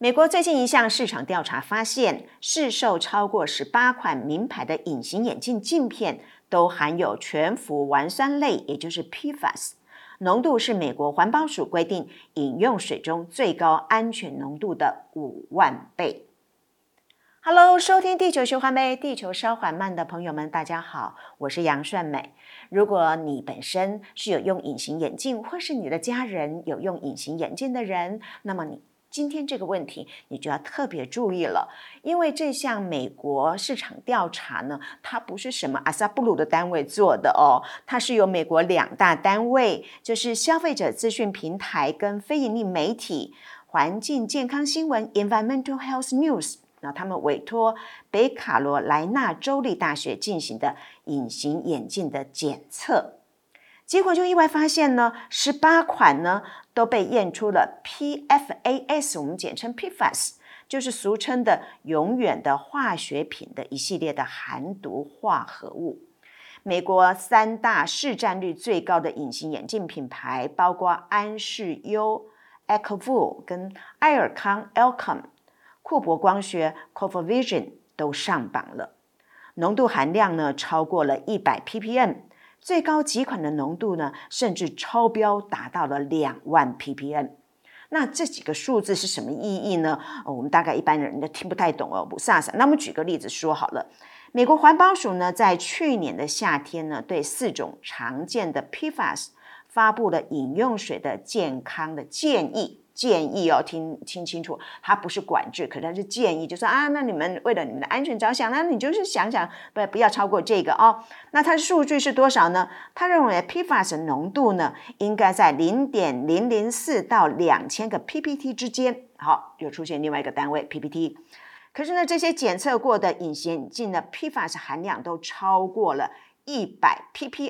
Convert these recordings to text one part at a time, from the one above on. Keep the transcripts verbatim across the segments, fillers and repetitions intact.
美国最近一项市场调查发现，市售超过十八款名牌的隐形眼镜镜片都含有全氟烷酸类，也就是 P F A S， 浓度是美国环保署规定饮用水中最高安全浓度的五万倍。Hello， 收听地球循环杯，地球稍缓慢的朋友们，大家好，我是杨顺美。如果你本身是有用隐形眼镜，或是你的家人有用隐形眼镜的人，那么你今天这个问题你就要特别注意了，因为这项美国市场调查呢，它不是什么阿萨布鲁的单位做的哦，它是由美国两大单位，就是消费者资讯平台跟非营利媒体环境健康新闻 Environmental Health News， 那他们委托北卡罗来纳州立大学进行的隐形眼镜的检测。结果就意外发现呢，十八款呢都被验出了 P F A S， 我们简称 P F A S， 就是俗称的永远的化学品的一系列的含毒化合物。美国三大市占率最高的隐形眼镜品牌，包括安视优 Ecovue 跟爱尔康 Alcom， 库珀光学 Covervision 都上榜了，浓度含量呢超过了一百 P P M。最高几款的浓度呢，甚至超标达到了两万 P P M。那这几个数字是什么意义呢？哦、我们大概一般人都听不太懂哦，不飒飒。那我们举个例子说好了，美国环保署呢，在去年的夏天呢，对四种常见的 P F A S 发布了饮用水的健康的建议。建议哦，听听清楚，它不是管制，可是它是建议，就说啊，那你们为了你们的安全着想，那你就是想想，不不要超过这个哦。那它的数据是多少呢？他认为 P F A S 浓度呢，应该在 零点零零四 到两千个 P P T 之间。好，又出现另外一个单位 P P T。可是呢，这些检测过的隐形眼镜的 P F A S 含量都超过了一百 P P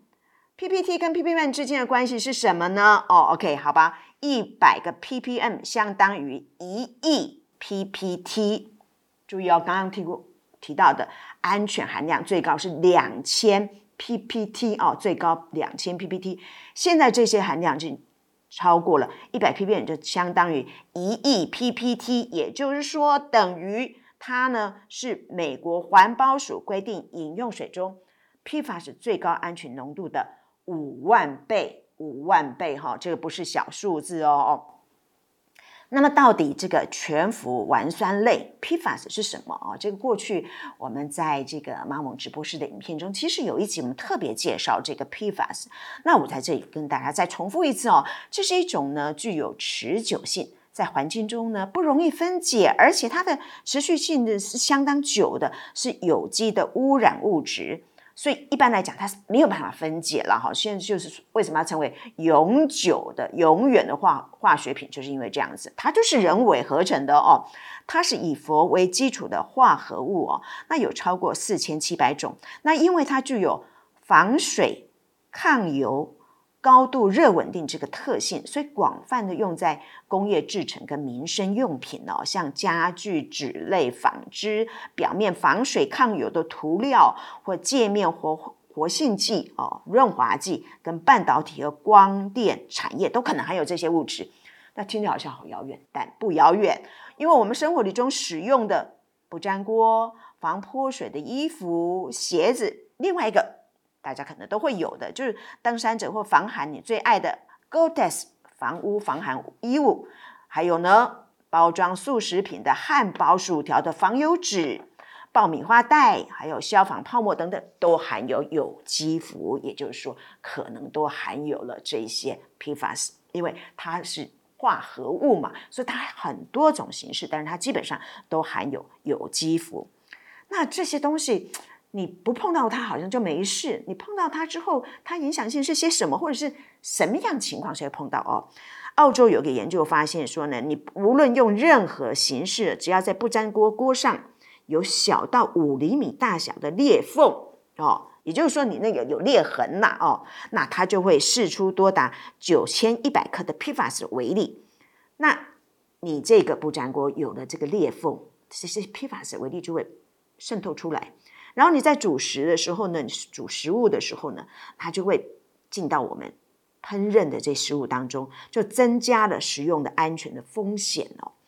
M。P P T 跟 P P M 之间的关系是什么呢？哦 ，OK， 好吧，一百个 P P M 相当于一亿 P P T。注意哦，刚刚提过提到的安全含量最高是两千 P P T 哦，最高两千 P P T。现在这些含量就超过了一百 P P M， 就相当于一亿 P P T， 也就是说，等于它呢是美国环保署规定饮用水中 P F A S 最高安全浓度的五万倍，五万倍哈，这个不是小数字哦。那么到底这个全氟烷酸类 P F A S 是什么啊？这个过去我们在这个马蒙直播室的影片中，其实有一集我们特别介绍这个 P F A S。那我在这里跟大家再重复一次哦，这是一种呢具有持久性，在环境中呢不容易分解，而且它的持续性呢是相当久的，是有机的污染物质。所以一般来讲它是没有办法分解了哈，现在就是为什么要成为永久的永远的化化学品，就是因为这样子，它就是人为合成的哦，它是以氟为基础的化合物哦，那有超过四千七百种，那因为它具有防水、抗油、高度热稳定这个特性，所以广泛的用在工业制成跟民生用品哦，像家具、纸类、纺织、表面防水抗油的涂料或界面活活性剂哦、润滑剂跟半导体和光电产业都可能含有这些物质。那听起来好像好遥远，但不遥远，因为我们生活里中使用的不粘锅、防泼水的衣服、鞋子，另外一个大家可能都会有的，就是登山者或防寒你最爱的 Gore-Tex 防污防寒衣物，还有呢包装速食品的汉堡薯条的防油纸、爆米花袋，还有消防泡沫等等，都含有有机氟，也就是说可能都含有了这些 P F A S， 因为它是化合物嘛，所以它很多种形式，但是它基本上都含有有机氟。那这些东西你不碰到它好像就没事，你碰到它之后，它影响性是些什么，或者是什么样情况才会碰到哦？澳洲有个研究发现说呢，你无论用任何形式，只要在不粘锅锅上有小到五厘米大小的裂缝哦，也就是说你那个有裂痕呐、啊、哦，那它就会释出多达九千一百克的 P F A S 的微粒。那你这个不粘锅有了这个裂缝，这些 P F A S 的微粒就会渗透出来。然后你在煮食的时候呢，煮食物的时候呢，它就会进到我们烹饪的这食物当中，就增加了食用的安全的风险哦。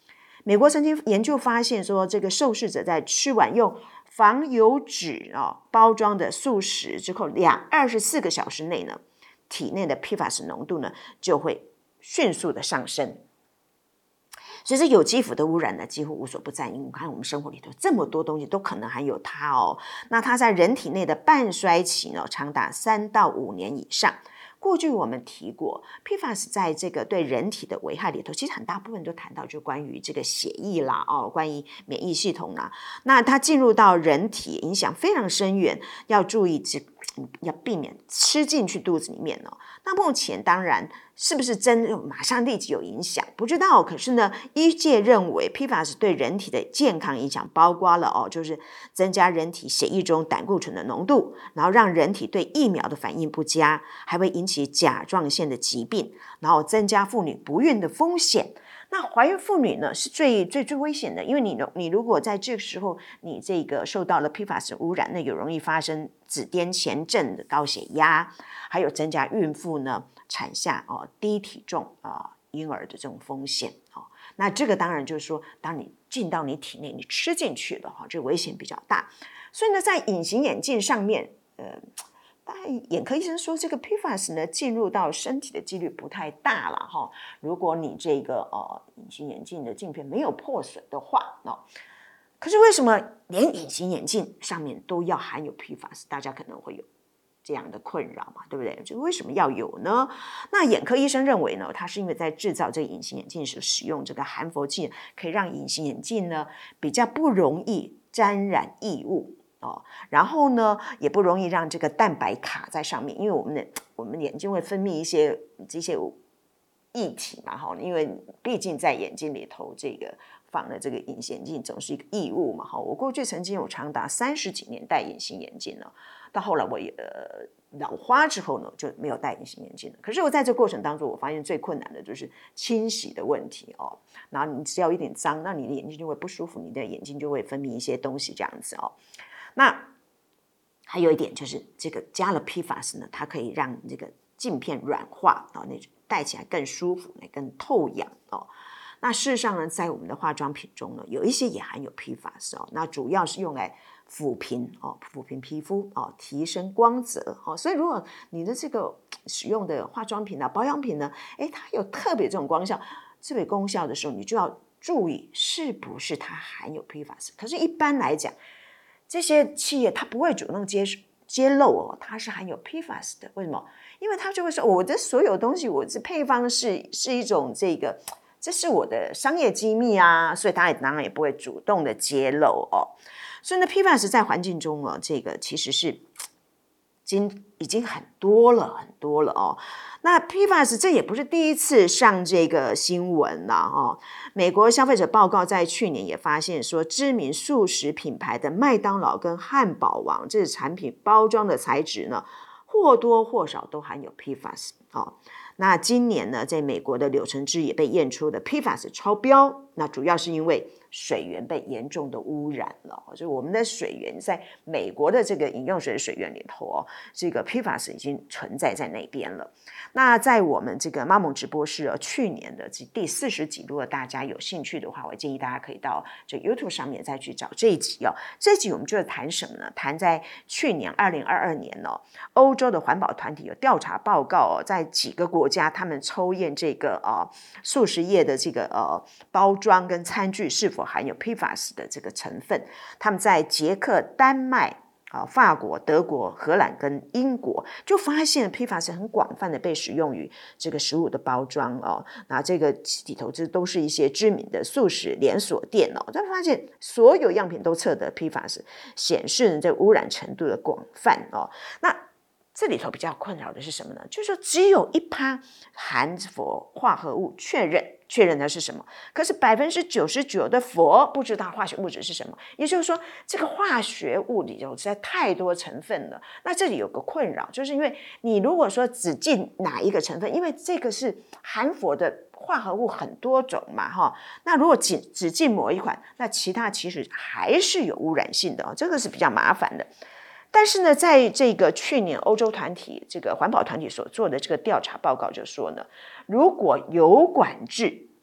美国曾经研究发现说，这个受试者在吃完用防油脂哦包装的素食之后，两二十四个小时内呢，体内的 P FAS 浓度呢就会迅速的上升。所以这有机腐的污染呢，几乎无所不在。因为我看我们生活里头这么多东西都可能含有它哦。那它在人体内的半衰期呢，长达三到五年以上。过去我们提过 P FAS 在这个对人体的危害里头，其实很大部分都谈到就关于这个血液啦，哦，关于免疫系统啦。那它进入到人体，影响非常深远，要注意这要避免吃进去肚子里面哦。那目前当然是不是真马上立即有影响不知道，可是呢，医界认为 P FAS 对人体的健康影响包括了哦，就是增加人体血液中胆固醇的浓度，然后让人体对疫苗的反应不佳，还会引起甲状腺的疾病，然后增加妇女不孕的风险。那怀孕妇女呢是最最最危险的，因为你你如果在这个时候你这个受到了 P FAS 污染，那有容易发生子痫前症的高血压，还有增加孕妇呢产下哦低体重啊、呃、婴儿的这种风险哦。那这个当然就是说，当你进到你体内，你吃进去了哈，这危险比较大。所以呢，在隐形眼镜上面，呃。当然，眼科医生说，这个 P FAS 呢进入到身体的几率不太大了哈。如果你这个呃隐形眼镜的镜片没有破损的话，哦，可是为什么连隐形眼镜上面都要含有 P FAS？ 大家可能会有这样的困扰嘛，对不对？就为什么要有呢？那眼科医生认为呢，它是因为在制造这个隐形眼镜时使用这个含氟剂，可以让隐形眼镜呢比较不容易沾染异物。哦，然后呢，也不容易让这个蛋白卡在上面，因为我们的我们眼睛会分泌一些这些液体嘛，哈，因为毕竟在眼睛里头这个放的这个隐形眼镜总是一个异物嘛，哈。我过去曾经有长达三十几年戴隐形眼镜了，到后来我也呃老花之后呢就没有戴隐形眼镜了。可是我在这过程当中，我发现最困难的就是清洗的问题哦。然后你只要一点脏，那你的眼睛就会不舒服，你的眼睛就会分泌一些东西这样子哦。那还有一点就是这个加了 P FAS 呢，它可以让这个镜片软化啊，那戴起来更舒服，更透氧哦。那事实上呢，在我们的化妆品中呢，有一些也含有 P FAS 哦，那主要是用来抚平哦，抚平皮肤哦，提升光泽哦。所以如果你的这个使用的化妆品啊、保养品呢，诶，它有特别这种光效、特别功效的时候，你就要注意是不是它含有 P FAS。可是一般来讲，这些企业它不会主动揭揭露哦，它是含有 P FAS 的。为什么？因为它就会说，我的所有东西，我这配方是是一种这个，这是我的商业机密啊，所以它也当然也不会主动的揭露哦。所以呢 ，P FAS 在环境中哦，这个其实是经已经很多了，很多了哦。那 P FAS 这也不是第一次上这个新闻了哦。美国消费者报告在去年也发现说，知名素食品牌的麦当劳跟汉堡王这产品包装的材质呢，或多或少都含有 P FAS 哦。那今年呢，在美国的柳橙汁也被验出的 P FAS 超标，那主要是因为水源被严重的污染了，就是我们的水源在美国的这个饮用水的水源里头哦，这个 P FAS 已经存在在那边了。那在我们这个妈蒙直播室哦，去年的第四十集，如果大家有兴趣的话，我建议大家可以到这 YouTube 上面再去找这一集哦。这一集我们就谈什么呢？谈在去年二零二二年哦，欧洲的环保团体有调查报告哦，在几个国家他们抽验这个呃素食业的这个呃包装跟餐具是否含有 P FAS 的这个成分。他们在捷克、丹麦、啊、法国、德国、荷兰跟英国就发现 P FAS 很广泛的被使用于这个食物的包装哦。那这个里头这都是一些知名的素食连锁店哦，就发现所有样品都测得 P FAS， 显示这污染程度的广泛哦。那这里头比较困扰的是什么呢？就是说只有一趴含氟化合物确认确认它是什么，可是百分之九十九的氟不知道化学物质是什么。也就是说，这个化学物里头实在太多成分了。那这里有个困扰，就是因为你如果说只进哪一个成分，因为这个是含氟的化合物很多种嘛，哈。那如果只只进某一款，那其他其实还是有污染性的哦，这个是比较麻烦的。但是呢，在这个去年欧洲团体这个环保团体所做的这个调查报告就说呢，如果有管制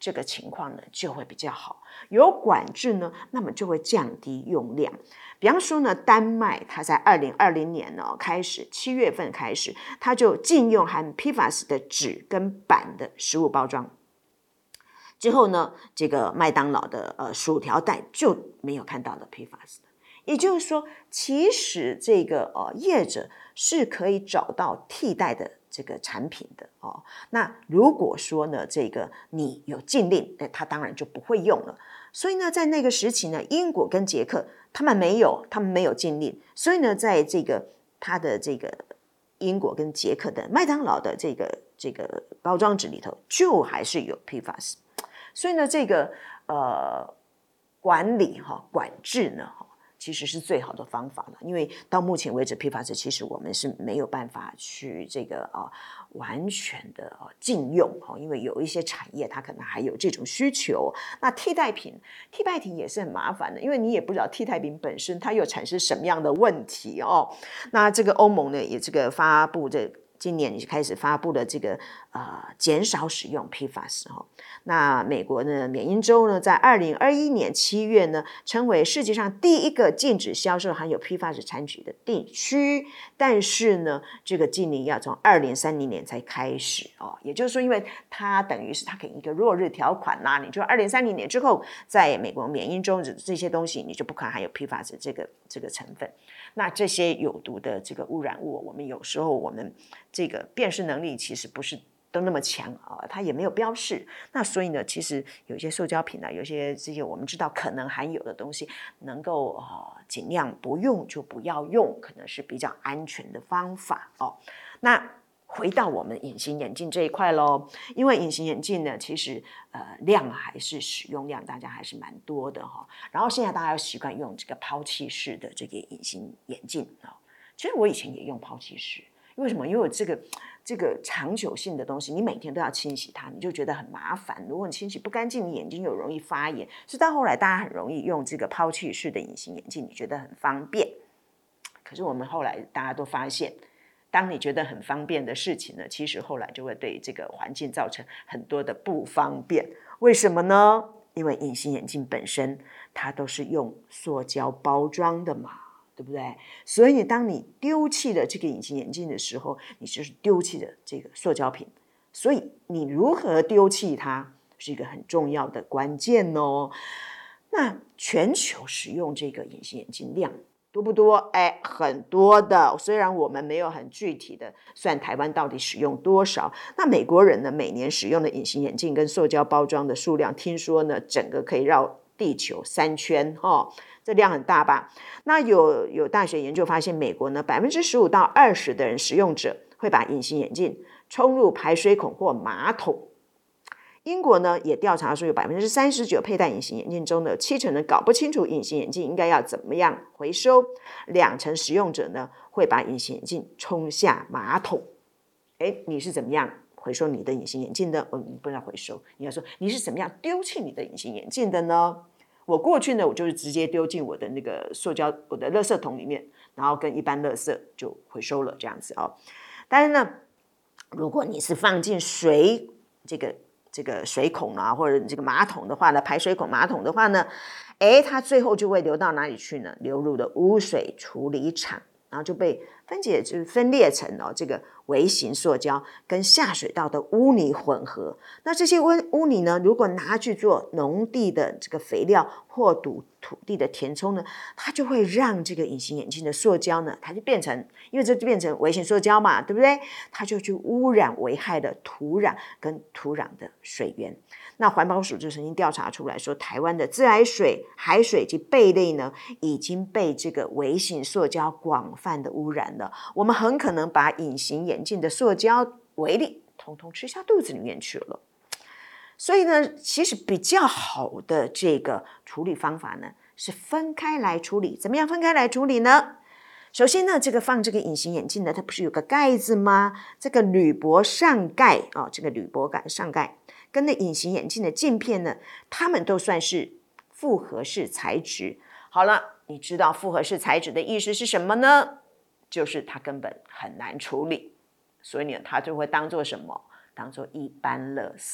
这个情况呢就会比较好。有管制呢，那么就会降低用量。比方说呢，丹麦它在二零二零年呢开始，七月份开始，它就禁用含 P F A S 的纸跟板的食物包装。之后呢，这个麦当劳的呃薯条袋就没有看到的 P F A S 的。也就是说，其实这个呃业者是可以找到替代的这个产品的哦。那如果说呢，这个你有禁令，哎，他当然就不会用了。所以呢，在那个时期呢，英国跟捷克他们没有，他们没有禁令，所以呢，在这个他的这个英国跟捷克的麦当劳的这个这个包装纸里头，就还是有 P F A S。所以呢，这个呃管理哈、哦、管制呢哈。其实是最好的方法了，因为到目前为止 P F A S 其实我们是没有办法去这个啊完全的啊禁用哦，因为有一些产业它可能还有这种需求。那替代品，替代品也是很麻烦的，因为你也不知道替代品本身它又产生什么样的问题哦。那这个欧盟呢也这个发布这今年开始发布了这个呃减少使用 P F A S 哈、哦。那美国呢，缅因州呢，在二零二一年七月呢，成为世界上第一个禁止销售含有 P F A S 产品的地区。但是呢，这个禁令要从二零三零年才开始哦，也就是说，因为它等于是它给一个落日条款啦，你就二零三零年之后，在美国缅因州这些东西，你就不可能含有 P F A S 这个这个成分。那这些有毒的这个污染物，我们有时候我们这个辨识能力其实不是都那么强啊，它也没有标示。那所以呢，其实有些塑胶品啊，有些这些我们知道可能含有的东西，能够呃尽量不用就不要用，可能是比较安全的方法哦。那回到我们隐形眼镜这一块咯，因为隐形眼镜呢，其实呃量还是使用量大家还是蛮多的哈、哦。然后现在大家习惯用这个抛弃式的这个隐形眼镜啊、哦。其实我以前也用抛弃式，为什么？因为这个这个长久性的东西，你每天都要清洗它，你就觉得很麻烦。如果你清洗不干净，你眼睛又容易发炎。是到后来大家很容易用这个抛弃式的隐形眼镜，你觉得很方便。可是我们后来大家都发现，当你觉得很方便的事情呢，其实后来就会对这个环境造成很多的不方便。为什么呢？因为隐形眼镜本身它都是用塑胶包装的嘛，对不对？所以你当你丢弃了这个隐形眼镜的时候，你就是丢弃了这个塑胶品。所以你如何丢弃它是一个很重要的关键哦。那全球使用这个隐形眼镜量多不多？哎，很多的。虽然我们没有很具体的算台湾到底使用多少，那美国人呢，每年使用的隐形眼镜跟塑胶包装的数量，听说呢，整个可以绕地球三圈哦，这量很大吧？那有有大学研究发现，美国呢，百分之十五到二十的人使用者会把隐形眼镜冲入排水孔或马桶。英国呢也调查说，有百分之三十九佩戴隐形眼镜中的七成人搞不清楚隐形眼镜应该要怎么样回收，两成使用者呢会把隐形眼镜冲下马桶。哎，你是怎么样回收你的隐形眼镜的？嗯，不要回收，你要说你是怎么样丢弃你的隐形眼镜的呢？我过去呢，我就是直接丢进我的那个塑胶我的垃圾桶里面，然后跟一般垃圾就回收了这样子哦。但是呢，如果你是放进水这个这个水孔啊，或者这个马桶的话呢，排水孔马桶的话呢，哎，它最后就会流到哪里去呢？流入了污水处理厂，然后就被分解，就是分裂成哦这个微型塑胶跟下水道的污泥混合。那这些污污泥呢，如果拿去做农地的这个肥料或土土地的填充呢，它就会让这个隐形眼镜的塑胶呢，它就变成，因为这就变成微型塑胶嘛，对不对？它就去污染危害的土壤跟土壤的水源。那环保署就曾经调查出来说，台湾的自来水、海水及贝类呢，已经被这个微型塑胶广泛的污染了。我们很可能把隐形眼镜的塑胶微粒统统吃下肚子里面去了。所以呢，其实比较好的这个处理方法呢，是分开来处理。怎么样分开来处理呢？首先呢，这个放这个隐形眼镜呢，它不是有个盖子吗？这个铝箔上盖哦，这个铝箔盖上盖跟那隐形眼镜的镜片呢，它们都算是复合式材质。好了，你知道复合式材质的意思是什么呢？就是它根本很难处理，所以呢，它就会当做什么？当做一般垃圾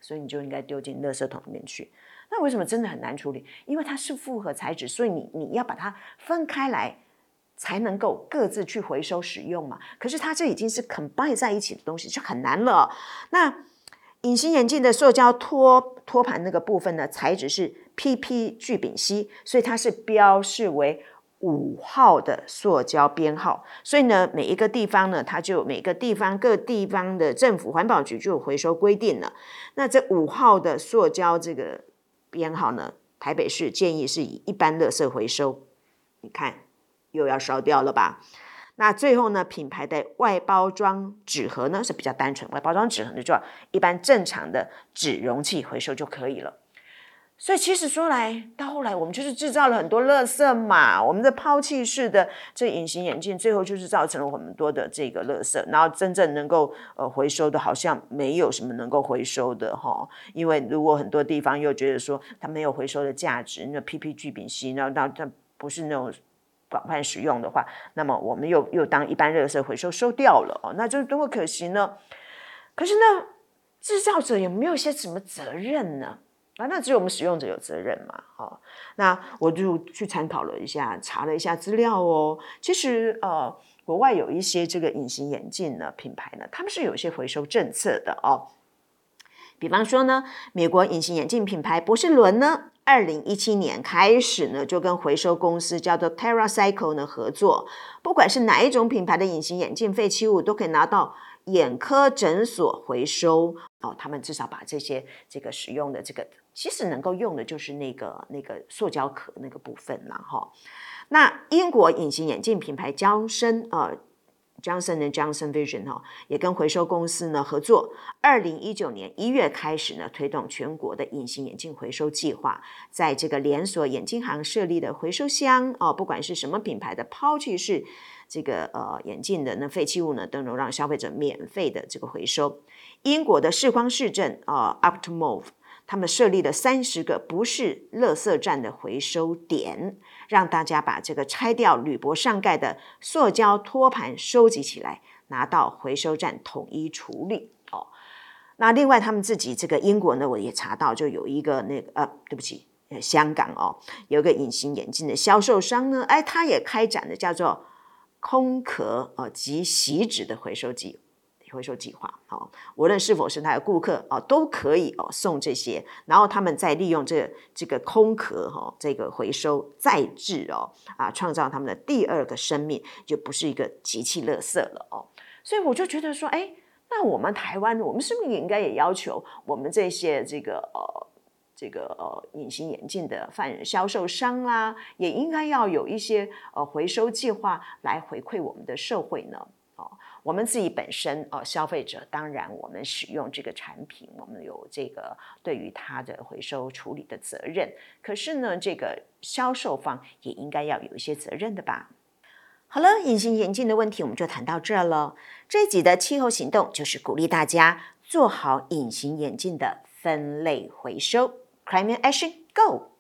所以你就应该丢进垃圾桶里面去。那为什么真的很难处理？因为它是复合材质，所以你你要把它分开来，才能够各自去回收使用嘛。可是它这已经是 combine 在一起的东西，就很难了。那隐形眼镜的塑胶托托盘那个部分呢，材质是 P P 聚丙烯，所以它是标示为五号的塑胶编号。所以呢，每一个地方呢，它就每个地方各地方的政府环保局就有回收规定了。那这五号的塑胶这个编号呢，台北市建议是以一般垃圾回收。你看又要烧掉了吧？那最后呢，品牌的外包装纸盒呢是比较单纯，外包装纸盒呢就要一般正常的纸容器回收就可以了。所以其实说来到后来，我们就是制造了很多垃圾嘛。我们的抛弃式的这隐形眼镜，最后就是造成了很多的这个垃圾，然后真正能够呃回收的，好像没有什么能够回收的哈。因为如果很多地方又觉得说它没有回收的价值，那 P P 聚丙烯，那那它不是那种广泛使用的话，那么我们又又当一般垃圾回收收掉了哦，那就多么可惜呢？可是呢，制造者有没有一些什么责任呢？啊，那只有我们使用者有责任嘛，哦，那我就去参考了一下，查了一下资料哦。其实呃，国外有一些这个隐形眼镜呢品牌呢，他们是有一些回收政策的哦。比方说呢，美国隐形眼镜品牌博士伦呢，二零一七年开始呢，就跟回收公司叫做 TerraCycle 呢合作，不管是哪一种品牌的隐形眼镜废弃物，都可以拿到眼科诊所回收哦。他们至少把这些这个使用的这个，其实能够用的就是那个那个塑胶壳那个部分啦哈。那英国隐形眼镜品牌娇生呃。Johnson and Johnson Vision 哈，也跟回收公司呢合作，二零一九年一月开始呢推动全国的隐形眼镜回收计划，在这个连锁眼镜行设立的回收箱哦，不管是什么品牌的抛弃式这个呃眼镜的那废弃物呢，都能让消费者免费的这个回收。英国的视光市镇啊、呃、Optimove。他们设立了三十个不是垃圾站的回收点，让大家把这个拆掉铝箔上盖的塑胶托盘收集起来，拿到回收站统一处理。哦，那另外他们自己这个英国呢，我也查到就有一个那个呃，对不起，香港哦，有一个隐形眼镜的销售商呢，哎，他也开展了叫做空壳呃及锡纸的回收机。回收计划哦，无论是否是他的顾客哦，都可以哦送这些，然后他们再利用这个、这个空壳哈、哦，这个回收再制哦啊，创造他们的第二个生命，就不是一个集气垃圾了哦。所以我就觉得说，哎，那我们台湾，我们是不是也应该也要求我们这些这个呃这个呃隐形眼镜的贩销售商啊，也应该要有一些呃回收计划来回馈我们的社会呢？哦，我们自己本身呃消费者，当然我们使用这个产品，我们有这个对于它的回收处理的责任。可是呢，这个销售方也应该要有一些责任的吧。好了，隐形眼镜的问题我们就谈到这了。这一集的气候行动就是鼓励大家做好隐形眼镜的分类回收。Climate Action Go！